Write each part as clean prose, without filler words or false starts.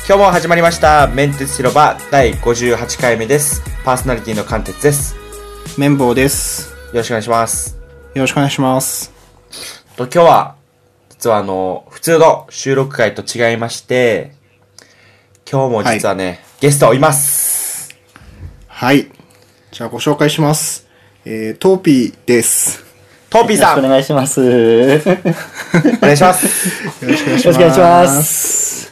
今日も始まりましたメンテツ広場第58回目です。パーソナリティの関鉄です。 綿棒です。 よろしくお願いします。 よろしくお願いします。 今日は実は普通の収録会と違いまして、今日も実はね、ゲストいます。 はい。じゃあご紹介します。トーピーです。 トーピーさん。 よろしくお願いします。 お願いします。 よろしくお願いします。 よろしくお願いします。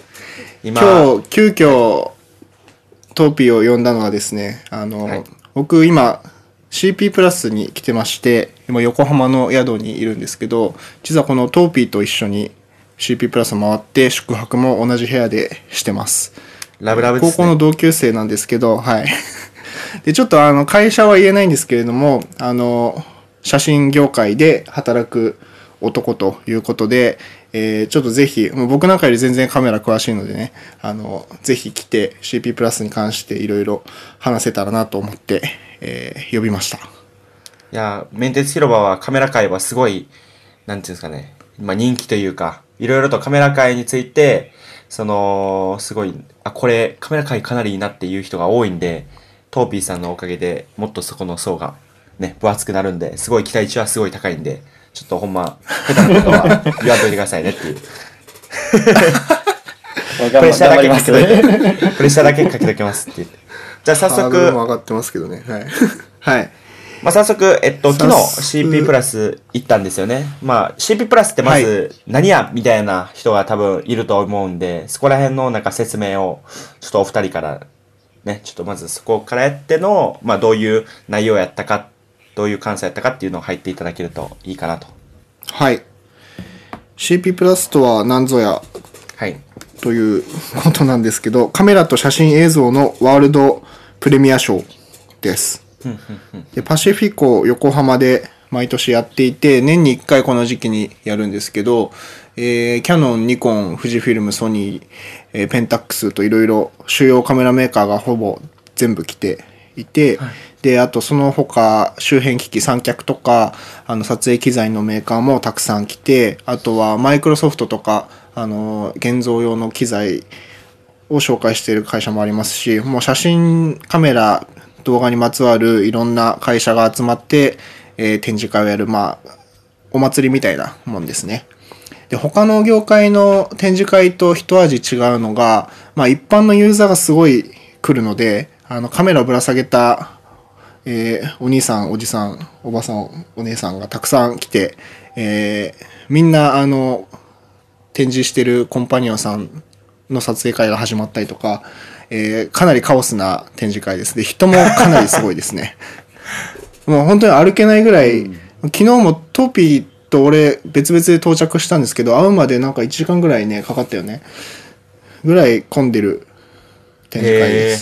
今日、急遽、トーピーを呼んだのはですね、僕今、CP プラスに来てまして、今横浜の宿にいるんですけど、実はこのトーピーと一緒に CP プラス回って宿泊も同じ部屋でしてます。 ラブラブですね。 高校の同級生なんですけど、はい。で、ちょっと会社は言えないんですけれども、写真業界で働く男ということで、ちょっとぜひ、もう僕なんかより全然カメラ詳しいのでね、ぜひ来て CP プラスに関していろいろ話せたらなと思って、呼びました。いや、メンテツ広場はカメラ界はすごい、なんていうんですかね、人気というか、いろいろとカメラ界について、すごい、これカメラ界かなりいいなっていう人が多いんで、トーピーさんのおかげでもっとそこの層がね、分厚くなるんで、すごい期待値はすごい高いんで、ちょっとほんま、下手なことは言わんといてくださいねっていう。プレッシャーだけかけといて、プレッシャーだけかけときますって言って。じゃあ早速。 ハードルも上がってますけどね。はい。はい。 早速、昨日 CP プラス行ったんですよね。CP プラスってまず何やみたいな人が多分いると思うんで、そこら辺のなんか説明を、ちょっとお二人からね、ちょっとまずそこからやっての、どういう内容やったか、どういう感想やったかっていうのを入っていただけるといいかなと。 はい。CP プラスとは何ぞや、 はい。 ということなんですけど、カメラと写真映像のワールドプレミア賞です。でパシフィコ横浜で毎年やっていて、年に1回この時期にやるんですけど、キャノン、ニコン、富士フィルム、ソニー、ペンタックスといろいろ主要カメラメーカーがほぼ全部来ていて、はい、で、あとその他周辺機器、三脚とか、撮影機材のメーカーもたくさん来て、あとはマイクロソフトとか、現像用の機材を紹介している会社もありますし、もう写真、カメラ、動画にまつわるいろんな会社が集まって、展示会をやる、お祭りみたいなもんですね。で、他の業界の展示会と一味違うのが、一般のユーザーがすごい来るので、カメラをぶら下げた、お兄さん、おじさん、おばさん、お姉さんがたくさん来て、みんな、展示してるコンパニオンさんの撮影会が始まったりとか、かなりカオスな展示会です。で、人もかなりすごいですね。もう本当に歩けないぐらい、昨日もトーピーと俺別々で到着したんですけど、会うまでなんか1時間ぐらいね、かかったよね。ぐらい混んでる展示会です。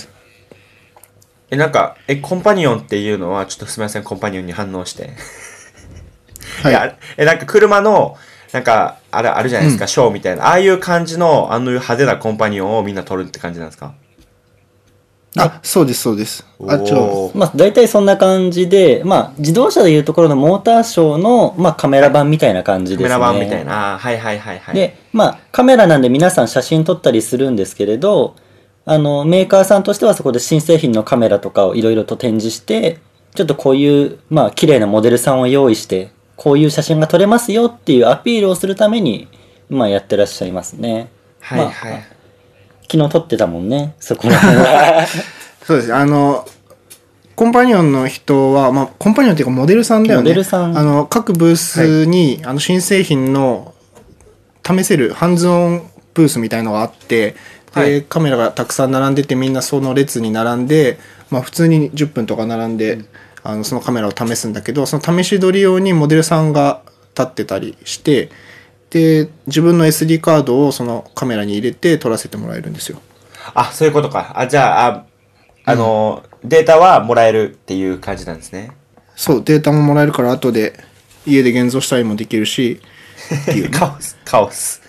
コンパニオンっていうのは、ちょっとすみません、コンパニオンに反応して。 はい。 車の、あるじゃないですか、ショーみたいな。ああいう感じの、派手なコンパニオンをみんな撮るって感じなんですか？ そうです、そうです。 大体そんな感じで、自動車でいうところのモーターショーの、カメラ版みたいな感じですね。 カメラ版みたいな。はいはいはいはい。 で、カメラなんで皆さん写真撮ったりするんですけれど、メーカーさんとしてはそこで新製品のカメラとかをいろいろと展示して、ちょっとこういう、綺麗なモデルさんを用意して、こういう写真が撮れますよっていうアピールをするために、やってらっしゃいますね。 はいはい。 昨日撮ってたもんね、そこは。 そうです。コンパニオンの人は、コンパニオンっていうかモデルさんだよね。 モデルさん。 各ブースに、新製品の試せるハンズオンブースみたいのがあって、で、カメラがたくさん並んでて、みんなその列に並んで、普通に10分とか並んで、そのカメラを試すんだけど、その試し撮り用にモデルさんが立ってたりして、で、自分の SD カードをそのカメラに入れて撮らせてもらえるんですよ。 そういうことか。じゃあ、データはもらえるっていう感じなんですね。 そう、データももらえるから、後で家で現像したりもできるし、っていう、ね、 カオス。カオス。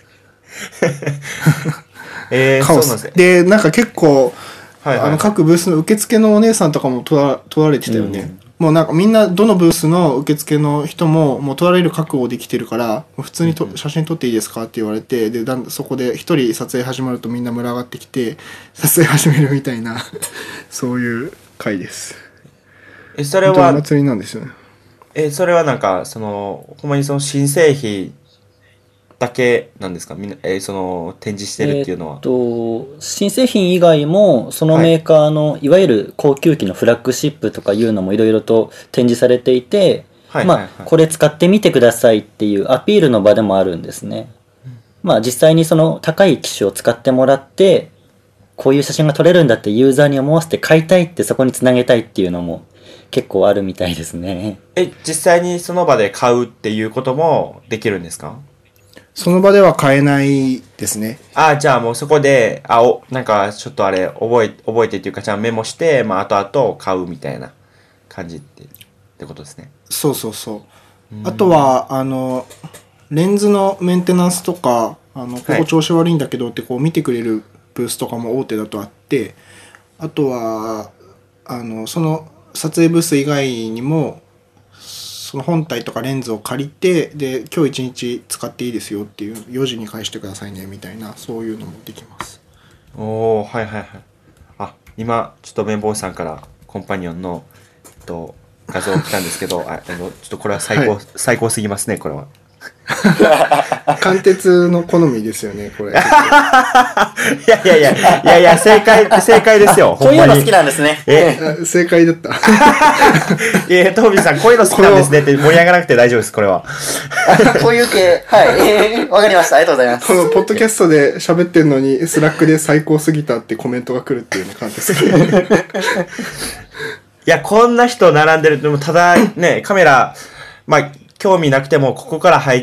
で、結構、各ブースの受付のお姉さんとかも撮られてたよね。 もうなんかみんなどのブースの受付の人ももう撮られる覚悟できてるから、もう普通に写真撮っていいですかって言われて、でそこで一人撮影始まるとみんな群がってきて撮影始めるみたいなそういう回です。 それは本当にお祭りなんですよね。 それはなんかほんまにその新製品だけなんですか、みんな、その展示してるっていうのは。 新製品以外もそのメーカーの、いわゆる高級機のフラッグシップとかいうのもいろいろと展示されていて、これ使ってみてくださいっていうアピールの場でもあるんですね。実際にその高い機種を使ってもらって、こういう写真が撮れるんだってユーザーに思わせて買いたいってそこにつなげたいっていうのも結構あるみたいですね。 実際にその場で買うっていうこともできるんですか？ その場では買えないですね。 じゃあもうそこで、なんかちょっとあれ覚えてっていうか、ちゃんとメモして、後々買うみたいな感じってことですね。 そうそうそう。あとは、レンズのメンテナンスとか、ここ調子悪いんだけどってこう見てくれるブースとかも大手だとあって、あとは、その撮影ブース以外にも、その本体とかレンズを借りて、で今日一日使っていいですよっていう、4時に返してくださいねみたいな、そういうのもできます。 はいはいはい。今ちょっと綿棒さんからコンパニオンの、画像来たんですけど、ちょっとこれは最高すぎますね、これは。 貫徹の好みですよね、これ。いや、正解ですよ。 こういうの好きなんですね。 正解だった。 トービーさん、こういうの好きなんですねって盛り上がらなくて大丈夫です、これは。 こういう系、はい。わかりました。ありがとうございます。 このポッドキャストで喋ってるのに、スラックで最高すぎたってコメントが来るっていうね、感じですね。 いや、こんな人並んでる。でも、ただね、カメラ、興味なくても、ここから入って、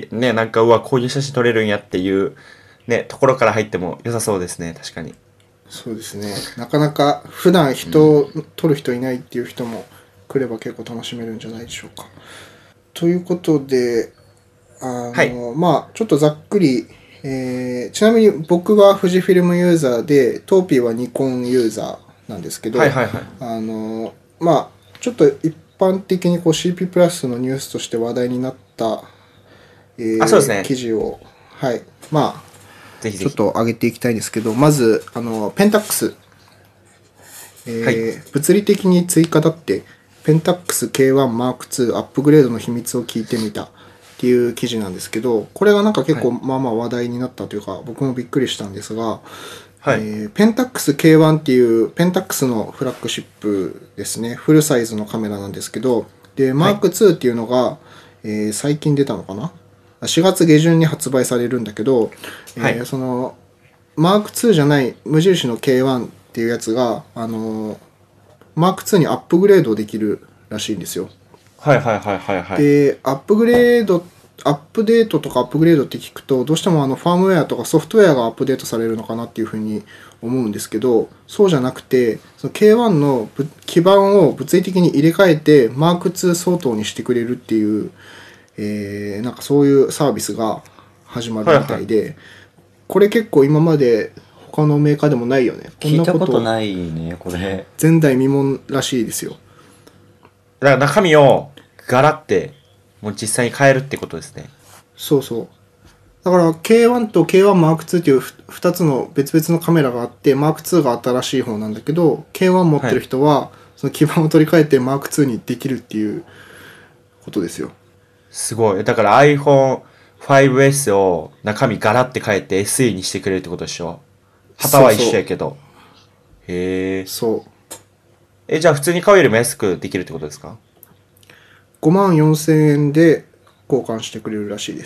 ね、なんか、こういう写真撮れるんやっていう、ね、ところから入っても良さそうですね、確かに。 そうですね。なかなか、普段撮る人いないっていう人も来れば結構楽しめるんじゃないでしょうか。ということで、ちょっとざっくり、ちなみに僕は富士フィルムユーザーで、トーピーはニコンユーザーなんですけど、ちょっと一般的にこう CP プラスのニュースとして話題になった、 そうですね、 記事を、 ぜひちょっと上げていきたいんですけど、まずペンタックス、物理的に追加だってペンタックス K1M2 アップグレードの秘密を聞いてみたっていう記事なんですけど、これがなんか結構話題になったというか、僕もびっくりしたんですが、ペンタックス K1 っていうペンタックスのフラッグシップですね。フルサイズのカメラなんですけど、で、マーク2っていうのが、最近出たのかな ?4 月下旬に発売されるんだけど、その、マーク2じゃない無印の K1 っていうやつが、マーク2にアップグレードできるらしいんですよ。で、アップデートとかアップグレードって聞くと、どうしてもファームウェアとかソフトウェアがアップデートされるのかなっていうふうに思うんですけど、そうじゃなくて、その K1 の基板を物理的に入れ替えて、マーク2相当にしてくれるっていう、なんかそういうサービスが始まるみたいで、これ結構今まで他のメーカーでもないよね。 聞いたことないね、これ。 前代未聞らしいですよ。 だから中身をガラってもう実際に変えるってことですね。 そうそう。だから K1 と K1M2 っていう2つの別々のカメラがあって、M2 が新しい方なんだけど、K1 持ってる人はその基板を取り替えて M2 にできるっていうことですよ。 すごい。だから iPhone5S を中身ガラって変えて SE にしてくれるってことでしょ。旗は一緒やけど。へえ。 そう。 じゃあ普通に買うよりも安くできるってことですか ？54,000円で交換してくれるらしいです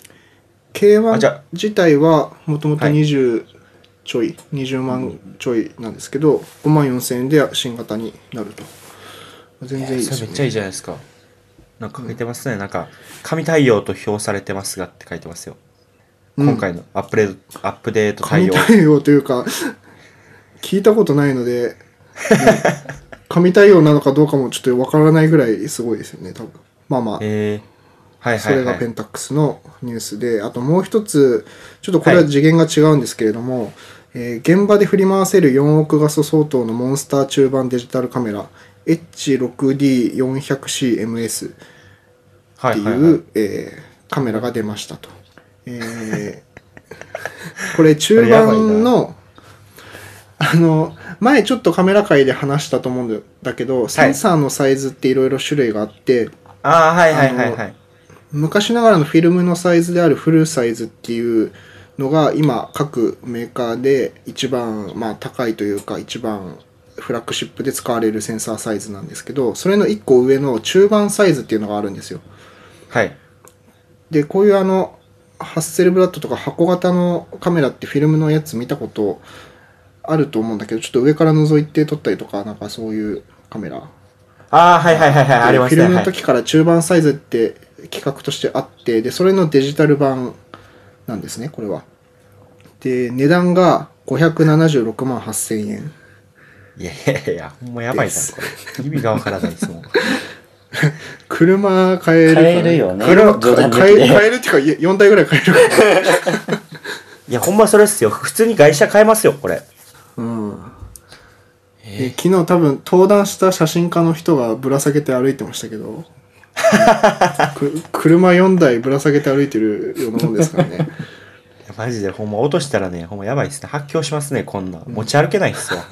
。K1 自体はもともと20ちょい、20万ちょいなんですけど、54,000円で新型になると。全然いいですよね。 それめっちゃいいじゃないですか。なんか書いてますね。なんか、紙対応と表されてますがって書いてますよ。今回のアップデート対応。 紙対応というか、聞いたことないので、紙対応なのかどうかもちょっとわからないぐらいすごいですよね、多分。それがペンタックスのニュースで、あともう一つ、ちょっとこれは次元が違うんですけれども、現場で振り回せる4億画素相当のモンスター中盤デジタルカメラ H6D400CMS っていう、 はいはいはい。 カメラが出ましたと。これ中盤の前ちょっとカメラ界で話したと思うんだけど、センサーのサイズっていろいろ種類があって、 ああ、はいはいはいはい。 昔ながらのフィルムのサイズであるフルサイズっていうのが今各メーカーで一番高いというか一番フラッグシップで使われるセンサーサイズなんですけど、それの1個上の中盤サイズっていうのがあるんですよ。 はい。 で、こういうハッセルブラッドとか箱型のカメラってフィルムのやつ見たことあると思うんだけど、ちょっと上から覗いて撮ったりとか、なんかそういうカメラ。 ああ、はいはいはいはい、ありますね。 フィルムの時から中盤サイズって企画としてあって、で、それのデジタル版なんですね、これは。で、値段が576万8000円。 いやいやいや、ほんまやばいじゃん、これ。意味がわからないですもん。 車買えるか買えるよね。 買えるっていうか、4台ぐらい買えるから。 いや、ほんまそれっすよ。普通に外車買えますよ、これ。 うん。昨日多分登壇した写真家の人がぶら下げて歩いてましたけど車4台ぶら下げて歩いてるようなもんですからね。 マジでほんま落としたらね、ほんまやばいっすね。発狂しますね、こんな。持ち歩けないっすわ。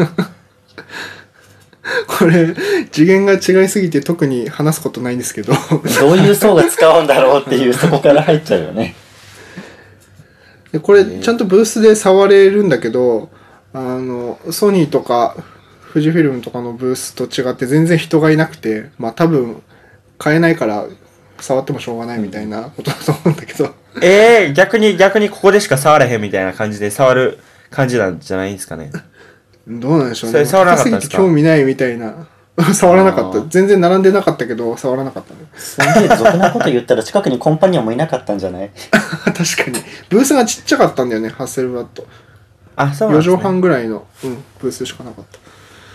これ次元が違いすぎて特に話すことないんですけどどういう層が使うんだろうっていうそこから入っちゃうよね。 でこれちゃんとブースで触れるんだけど、ソニーとか富士フィルムとかのブースと違って全然人がいなくて、多分買えないから触ってもしょうがないみたいなことだと思うんだけど、 逆にここでしか触れへんみたいな感じで触る感じなんじゃないんですかね。 どうなんでしょうね。 それ触らなかったんですか？ 興味ないみたいな。触らなかった。全然並んでなかったけど触らなかったね。 すげえ俗なこと言ったら近くにコンパニオンもいなかったんじゃない？ 確かにブースがちっちゃかったんだよね、ハッセルブラッド。 あ、そうなんですね。 4畳半ぐらいの、ブースしかなかった。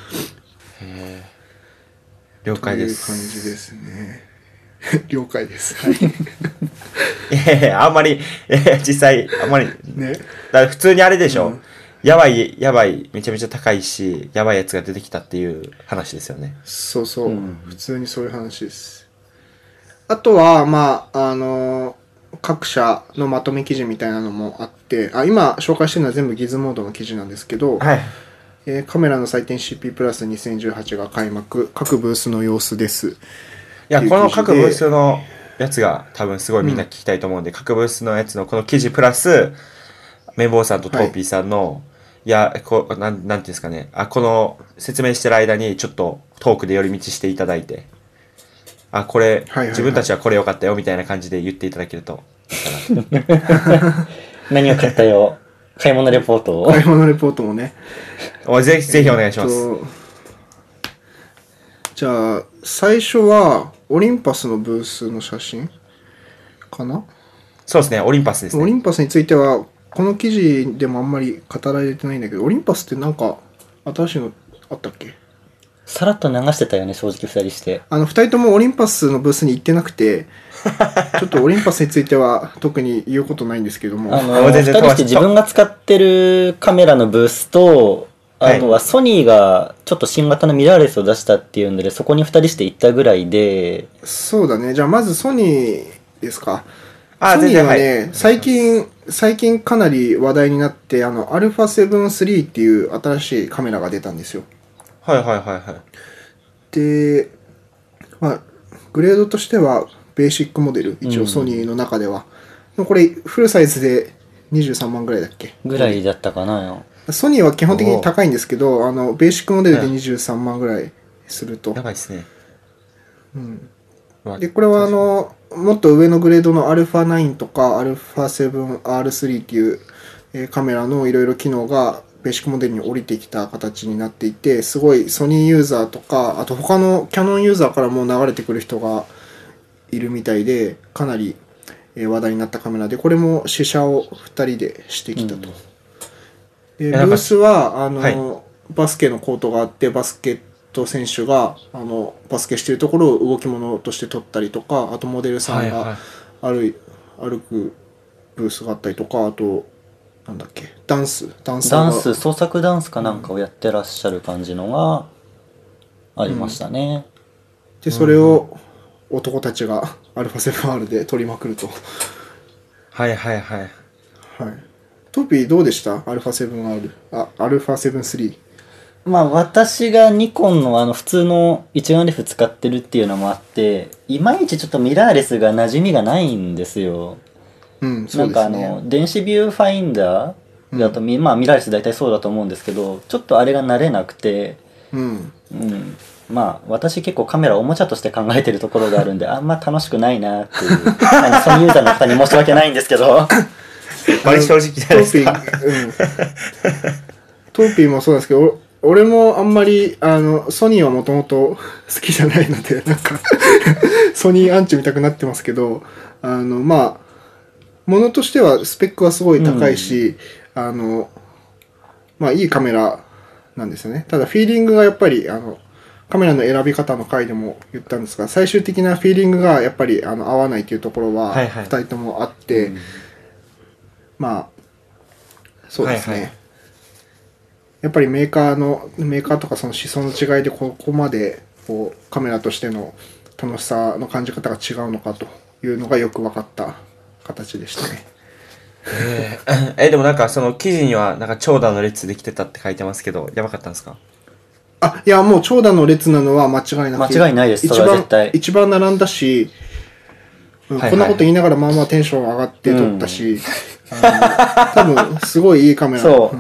了解です。 という感じですね。了解です。はい。 あんまり、実際、あんまり、 ね。 だから普通にあれでしょ、やばい、めちゃめちゃ高いし、やばいやつが出てきたっていう話ですよね。 そうそう。普通にそういう話です。あとは、各社のまとめ記事みたいなのもあって、今紹介してるのは全部ギズモードの記事なんですけど、 はい。 カメラの祭典 CP プラス2018が開幕、各ブースの様子です。 いや、この各ブースのやつが多分すごいみんな聞きたいと思うんで、各ブースのやつのこの記事プラス、綿棒さんとトーピーさんの、なんていうんですかね、この説明してる間にちょっとトークで寄り道していただいて、これ、自分たちはこれ良かったよみたいな感じで言っていただけると。 何を買ったよ。買い物レポートを。 買い物レポートもね。 ぜひお願いします。 じゃあ、最初は、オリンパスのブースの写真かな？ そうですね、オリンパスですね。 オリンパスについては、この記事でもあんまり語られてないんだけど、オリンパスってなんか、新しいのあったっけ？ さらっと流してたよね、正直二人して。 二人ともオリンパスのブースに行ってなくて、ちょっとオリンパスについては特に言うことないんですけども。 二人して自分が使ってるカメラのブースと、あとはソニーがちょっと新型のミラーレスを出したっていうので、そこに二人して行ったぐらいで。 そうだね。じゃあまずソニーですか。ソニーはね、最近かなり話題になって、α7-3 っていう新しいカメラが出たんですよ。 はいはいはいはい。 で、グレードとしてはベーシックモデル、一応ソニーの中では。これフルサイズで23万ぐらいだっけ？ ぐらいだったかなよ。 ソニーは基本的に高いんですけど、ベーシックモデルで23万ぐらいすると。 やばいですね。 で、これはもっと上のグレードの α9 とか α7R3 っていうカメラのいろいろ機能がベーシックモデルに降りてきた形になっていて、すごいソニーユーザーとか、あと他のキヤノンユーザーからも流れてくる人がいるみたいで、かなり話題になったカメラで、これも試写を2人でしてきたと。でブースはバスケのコートがあって、バスケット選手がバスケしているところを動き物として撮ったりとか、あとモデルさんが歩くブースがあったりとか、あとなんだっけ、ダンス創作ダンスかなんかをやってらっしゃる感じのがありましたね。 で、それを男たちが α7R で撮りまくると。 はいはいはい。 はい。トピーどうでした ?α7R。α7-3。 まあ私がニコンの普通の一眼レフ使ってるっていうのもあって、いまいちちょっとミラーレスが馴染みがないんですよ。 うん、そなんかうですね。 電子ビューファインダーだと、まあミラーレス大体そうだと思うんですけど、ちょっとあれが慣れなくて、 うん。 まあ私結構カメラおもちゃとして考えてるところがあるんで、あんま楽しくないなっていう、ソニーユーザーの方に申し訳ないんですけど。 これ正直じゃないですか。 トーピーもそうなんですけど、俺もあんまり、ソニーはもともと好きじゃないので、なんかソニーアンチ見たくなってますけど、まあ、ものとしてはスペックはすごい高いし、まあ、いいカメラなんですよね。ただ、フィーリングがやっぱり、カメラの選び方の回でも言ったんですが、最終的なフィーリングがやっぱり合わないというところは、2人ともあって、まあ、そうですね。 はいはい、 やっぱりメーカーとかその思想の違いでここまでこうカメラとしての楽しさの感じ方が違うのかというのがよく分かった形でしたね。 でもなんかその記事にはなんか長蛇の列できてたって書いてますけど、やばかったんですか？ あ、いやもう長蛇の列なのは間違いなくて、 間違いないです。それは絶対一番並んだし、こんなこと言いながらまあまあテンション上がって撮ったし、多分すごいいいカメラ。 そう、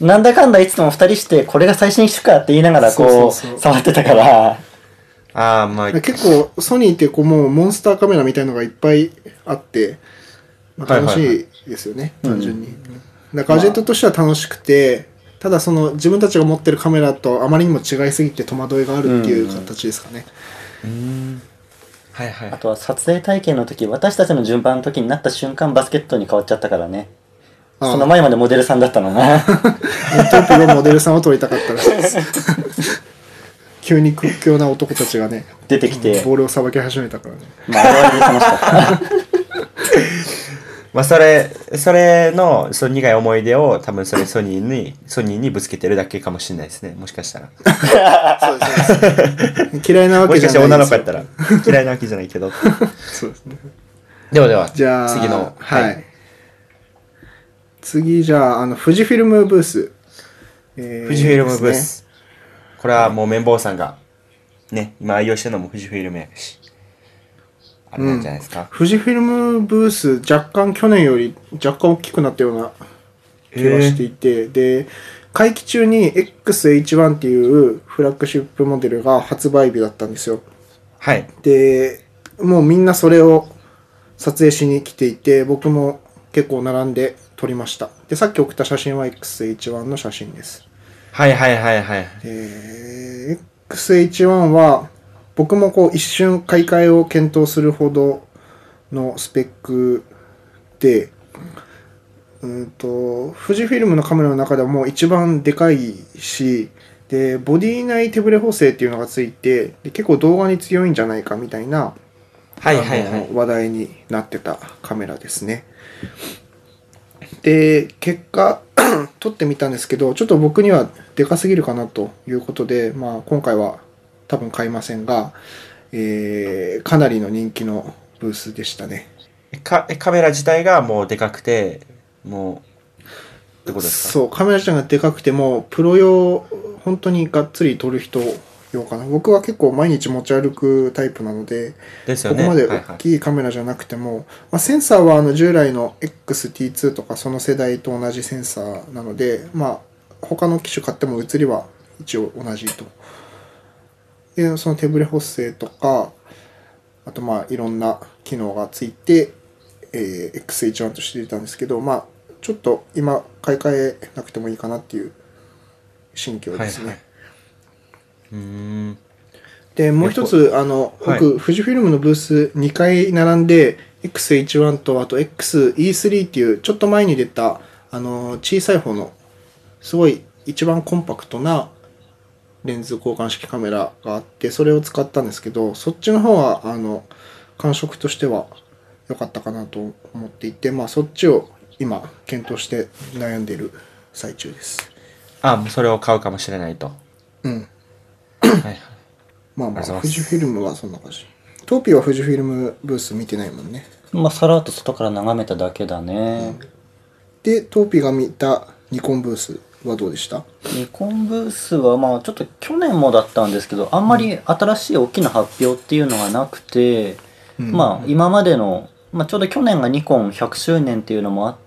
なんだかんだいつも二人してこれが最新機種かって言いながらこう触ってたから。 まあ結構ソニーってこうもうモンスターカメラみたいのがいっぱいあって、まあ、楽しいですよね、単純に。だからガジェットとしては楽しくて、ただその自分たちが持ってるカメラとあまりにも違いすぎて戸惑いがあるっていう形ですかね。 はいはい。 あとは撮影体験の時、私たちの順番の時になった瞬間バスケットに変わっちゃったからね。その前までモデルさんだったのな。 トップのモデルさんを撮りたかったらしいです。急に屈強な男たちがね、 出てきて。 ボールをさばき始めたからね。 まあ、あれは楽しかった。 まあそれのその苦い思い出を多分それソニーにぶつけてるだけかもしれないですね。もしかしたら。 そうです。嫌いなわけじゃないですよ。もしかして女の子やったら嫌いなわけじゃないけど。 そうですね。 ではじゃあ次のはい。次じゃあ富士フィルムブース。 富士フィルムブース。これはもう綿棒さんがね今愛用してるのも富士フィルムやし。あれなんじゃないですか。 富士フィルムブース若干去年より若干大きくなったような気がしていて、で会期中に XH1 っていうフラッグシップモデルが発売日だったんですよ。 はい。 でもうみんなそれを撮影しに来ていて、僕も結構並んで撮りました。でさっき送った写真は XH1 の写真です。 はいはいはいはい。 XH1 は僕もこう一瞬買い替えを検討するほどのスペックで、富士フィルムのカメラの中ではもう一番でかいし、でボディ内手ブレ補正っていうのがついて、で結構動画に強いんじゃないかみたいな、 はいはいはい、 話題になってたカメラですね。で結果撮ってみたんですけど、ちょっと僕にはでかすぎるかなということで、まあ、今回は多分買いませんが、かなりの人気のブースでしたね。 カメラ自体がもうでかくて、もうどこですか？ そう、カメラ自体がでかくてもプロ用、本当にがっつり撮る人用かな。僕は結構毎日持ち歩くタイプなので、 ですよね、 ここまで大きいカメラじゃなくても、まあ、センサーは従来の XT2 とかその世代と同じセンサーなので、まあ、他の機種買っても写りは一応同じと。でその手ブレ補正とか、あとまあいろんな機能がついて、XH1 として出たんですけど、まあちょっと今買い替えなくてもいいかなっていう心境ですね。 はいはい、 でもう一つ僕、富士フィルムのブース2回並んで XH1 とあと XE3 っていうちょっと前に出た小さい方のすごい一番コンパクトなレンズ交換式カメラがあって、それを使ったんですけど、そっちの方は感触としては良かったかなと思っていて、まあそっちを今検討して悩んでいる最中です。 もうそれを買うかもしれないと。 うん。 はい。 まあまあ、 ありがとうございます富士フィルムはそんな感じ。トーピーは富士フィルムブース見てないもんね。 まあさらっと外から眺めただけだね。 で、トーピーが見たニコンブースはどうでした？ ニコンブースはまあちょっと去年もだったんですけど、あんまり新しい大きな発表っていうのがなくて、 うんまあ今までの、まあ、ちょうど去年がニコン100周年っていうのもあって、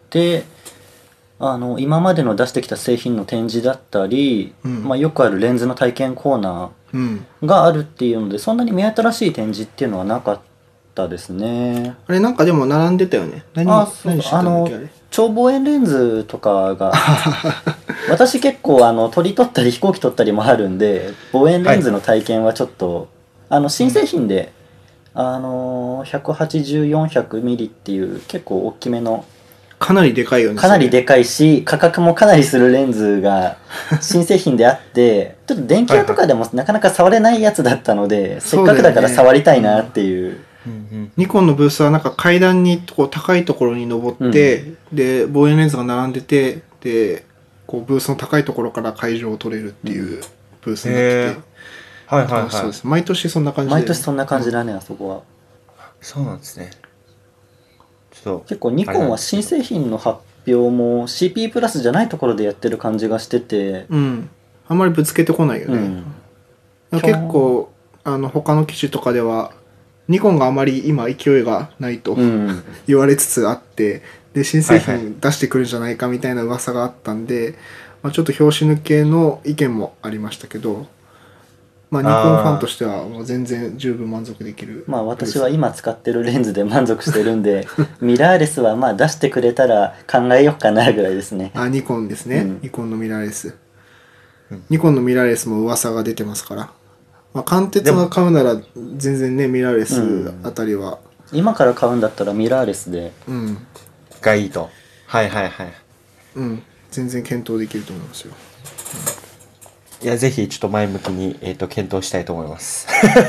今までの出してきた製品の展示だったり、 うんまあ、よくあるレンズの体験コーナうん。 ーがあるっていうので、そんなに目新しい展示っていうのはなかったですね。 あれなんかでも並んでたよね。何してたんだっけあれ。 超望遠レンズとかが私結構鳥撮ったり飛行機撮ったりもあるんで、望遠レンズの体験はちょっと、新製品で、180-400ミリっていう結構大きめの、 かなりでかいよね。 かなりでかいし価格もかなりするレンズが新製品であってちょっと電気屋とかでもなかなか触れないやつだったので、せっかくだから触りたいなっていう。 ニコンのブースはなんか階段にこう高いところに登って、で望遠レンズが並んでて、でこうブースの高いところから会場を撮れるっていうブースになってて、 はいはいはい。 そうです。毎年そんな感じで。 毎年そんな感じだね、あそこは。 そうなんですね。ちょっと結構ニコンは新製品の発表も CP プラスじゃないところでやってる感じがしてて、 うん。あんまりぶつけてこないよね。 うん、 結構他の機種とかではニコンがあまり今勢いがないとうん言われつつあって、で新製はいは品出してくるんじゃないかみたいな噂があったんで、まあ、ちょっと拍子抜けの意見もありましたけど、まあ、ニコンファンとしてはもう全然十分満足できる。 まあ私は今使ってるレンズで満足してるんでミラーレスはまあ出してくれたら考えようかなぐらいですね。 ニコンですね、 うん、 ニコンのミラーレス、ニコンのミラーレスも噂が出てますから、まあ、貫徹が買うなら全然ねミラーレスあたりは、 今から買うんだったらミラーレスで、 がいいと。はいはいはい。 全然検討できると思いますよ。 いや、ぜひちょっと前向きに、検討したいと思います。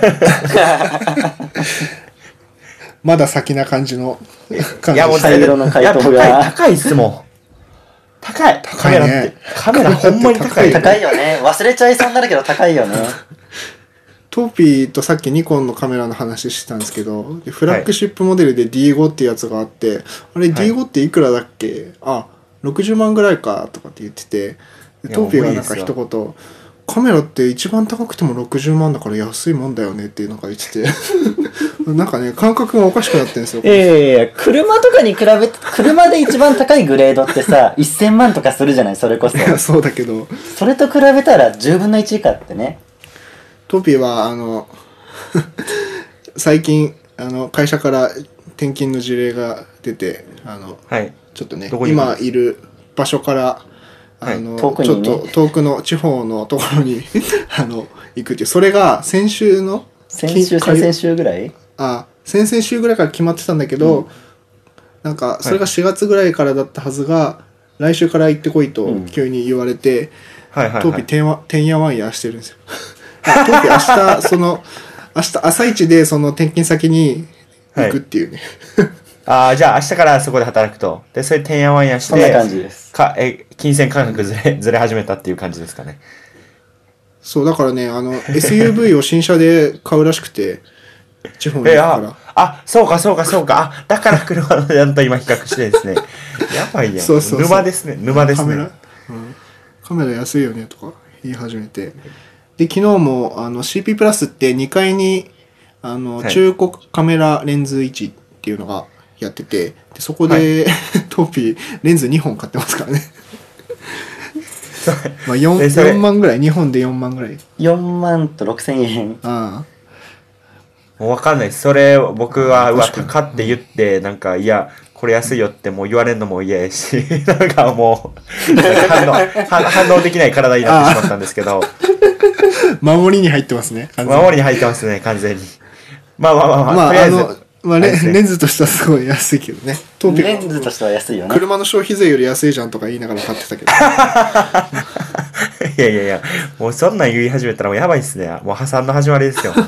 まだ先な感じのいや、もう灰色の回答が高いっすもん。高い。カメラって。カメラほんまに高い。 高いよね。忘れちゃいそうになるけど高いよね。 トーピーとさっきニコンのカメラの話してたんですけど、フラッグシップモデルで D5 っていうやつがあって、あれ D5 っていくらだっけ、60万ぐらいかとかって言ってて、トーピーがなんか一言、カメラって一番高くても60万だから安いもんだよねっていうのが言っててなんかね感覚がおかしくなってるんですよ。 車とかに比べて車で一番高いグレードってさ1000万とかするじゃない、それこそ。 いやそうだけどそれと比べたら10分の1以下ってね。 トーピーは最近会社から転勤の事例が出てはい、 ちょっとね今どこに行くんですいる場所から遠くにねちょっと遠くの地方のところに行くっていう、それが先週の先々週ぐらい先々週ぐらいから決まってたんだけど、なんかそれが4月ぐらいからだったはずが、来週から行ってこいと急に言われて、トーピーてんやわんやしてるんですよ。トーピー明日朝一でその転勤先に行くっていうね、 じゃあ明日からそこで働くと。で、それてんやわんやして、 そんな感じです。 金銭価格ずれ始めたっていう感じですかね。 そう、だからね、SUV を新車で買うらしくて、地方に行くから。 そうか。だから車の値段と今比較してですね。やばいやん。 そう沼ですね。 カメラ安いよねとか言い始めて。で、昨日もCP プラスって2階に中古カメラレンズ市っていうのがやってて、でそこで、トーピーレンズ2本買ってますからね。まあ 4万ぐらい、日本で4万ぐらい。 4万と6000円。 もう分かんないです。それ僕は高って言ってなんかいやこれ安いよってもう言われるのも嫌やしなんかもう反応できない体になってしまったんですけど守りに入ってますね。 守りに入ってますね完全に。まあとりあえずレンズとしてはすごい安いけどね。 レンズとしては安いよね。 車の消費税より安いじゃんとか言いながら買ってたけどいやもうそんなん言い始めたらもうやばいっすね。もう破産の始まりですよ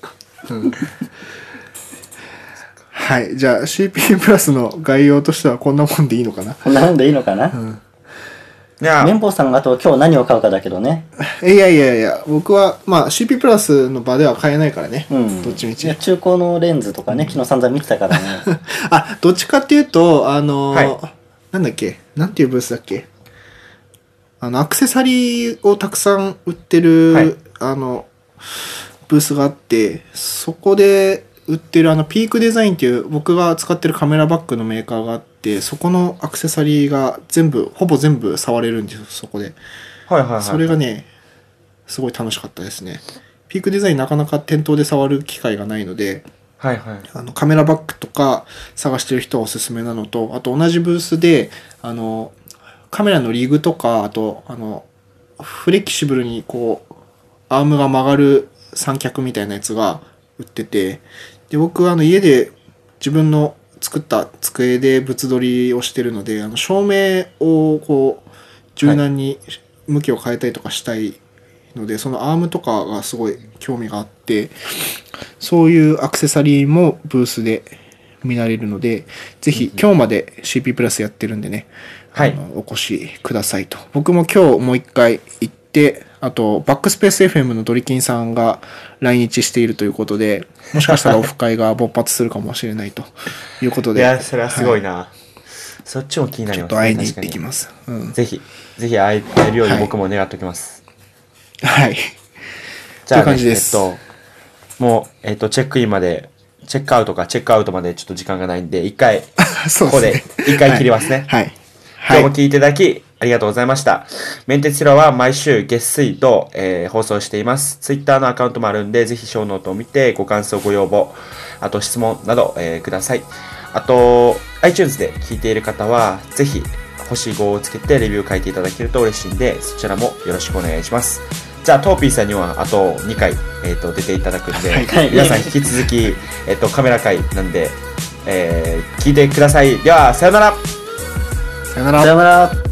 はい、じゃあ CPU プラスの概要としてはこんなもんでいいのかな。 こんなもんでいいのかな、 いや綿棒さんがあと今日何を買うかだけどね。 いやいやいや、僕は、まあ CP プラスの場では買えないからね。 うん。 どっちみちいや中古のレンズとかね、昨日散々見てたからね。 あ、どっちかっていうと、 はなんだっけ、なんていうブースだっけ。アクセサリーをたくさん売ってる、 はいブースがあって、そこで売ってるピークデザインっていう僕が使ってるカメラバッグのメーカーがあって、そこのアクセサリーがほぼ全部触れるんですよ、そこで。 はいはいはい。 それがね、すごい楽しかったですね。ピークデザインなかなか店頭で触る機会がないので、 はいはい。 カメラバッグとか探してる人はおすすめなのと、あと同じブースで、カメラのリグとか、あと、フレキシブルにこう、アームが曲がる三脚みたいなやつが売ってて、で、僕家で自分の作った机で物撮りをしてるので、照明をこう、柔軟に向きを変えたりとかしたいので、そのアームとかがすごい興味があって、そういうアクセサリーもブースで見られるので、ぜひ今日まで CP プラスやってるんでね、 はいお越しくださいと。僕も今日もう一回行って、あとバックスペース FM のドリキンさんが来日しているということで、もしかしたらオフ会が勃発するかもしれないということで。 いや、それはすごいはな。そっちも気になりますね。 ちょっと会いに行って確かきます。うん。 ぜひ会えるように僕も願っておきます。 はい。 じゃあ、 という感じですもう、チェックインまで、チェックアウトかチェックアウトまでちょっと時間がないんで、 そうここですね。 で一回切りますね。 はい。 今日も聞いていただき、ありがとうございました。メンテツロは毎週月水と、放送しています。ツイッターのアカウントもあるんで、ぜひショーノートを見て、ご感想、ご要望、あと質問など、ください。あと、iTunes で聞いている方は、ぜひ、星5をつけてレビュー書いていただけると嬉しいんで、そちらもよろしくお願いします。じゃあ、トーピーさんにはあと2回、出ていただくんで、 はい皆さん引き続き、カメラ会なんで、聞いてください。では、さよなら。 さよならさよなら。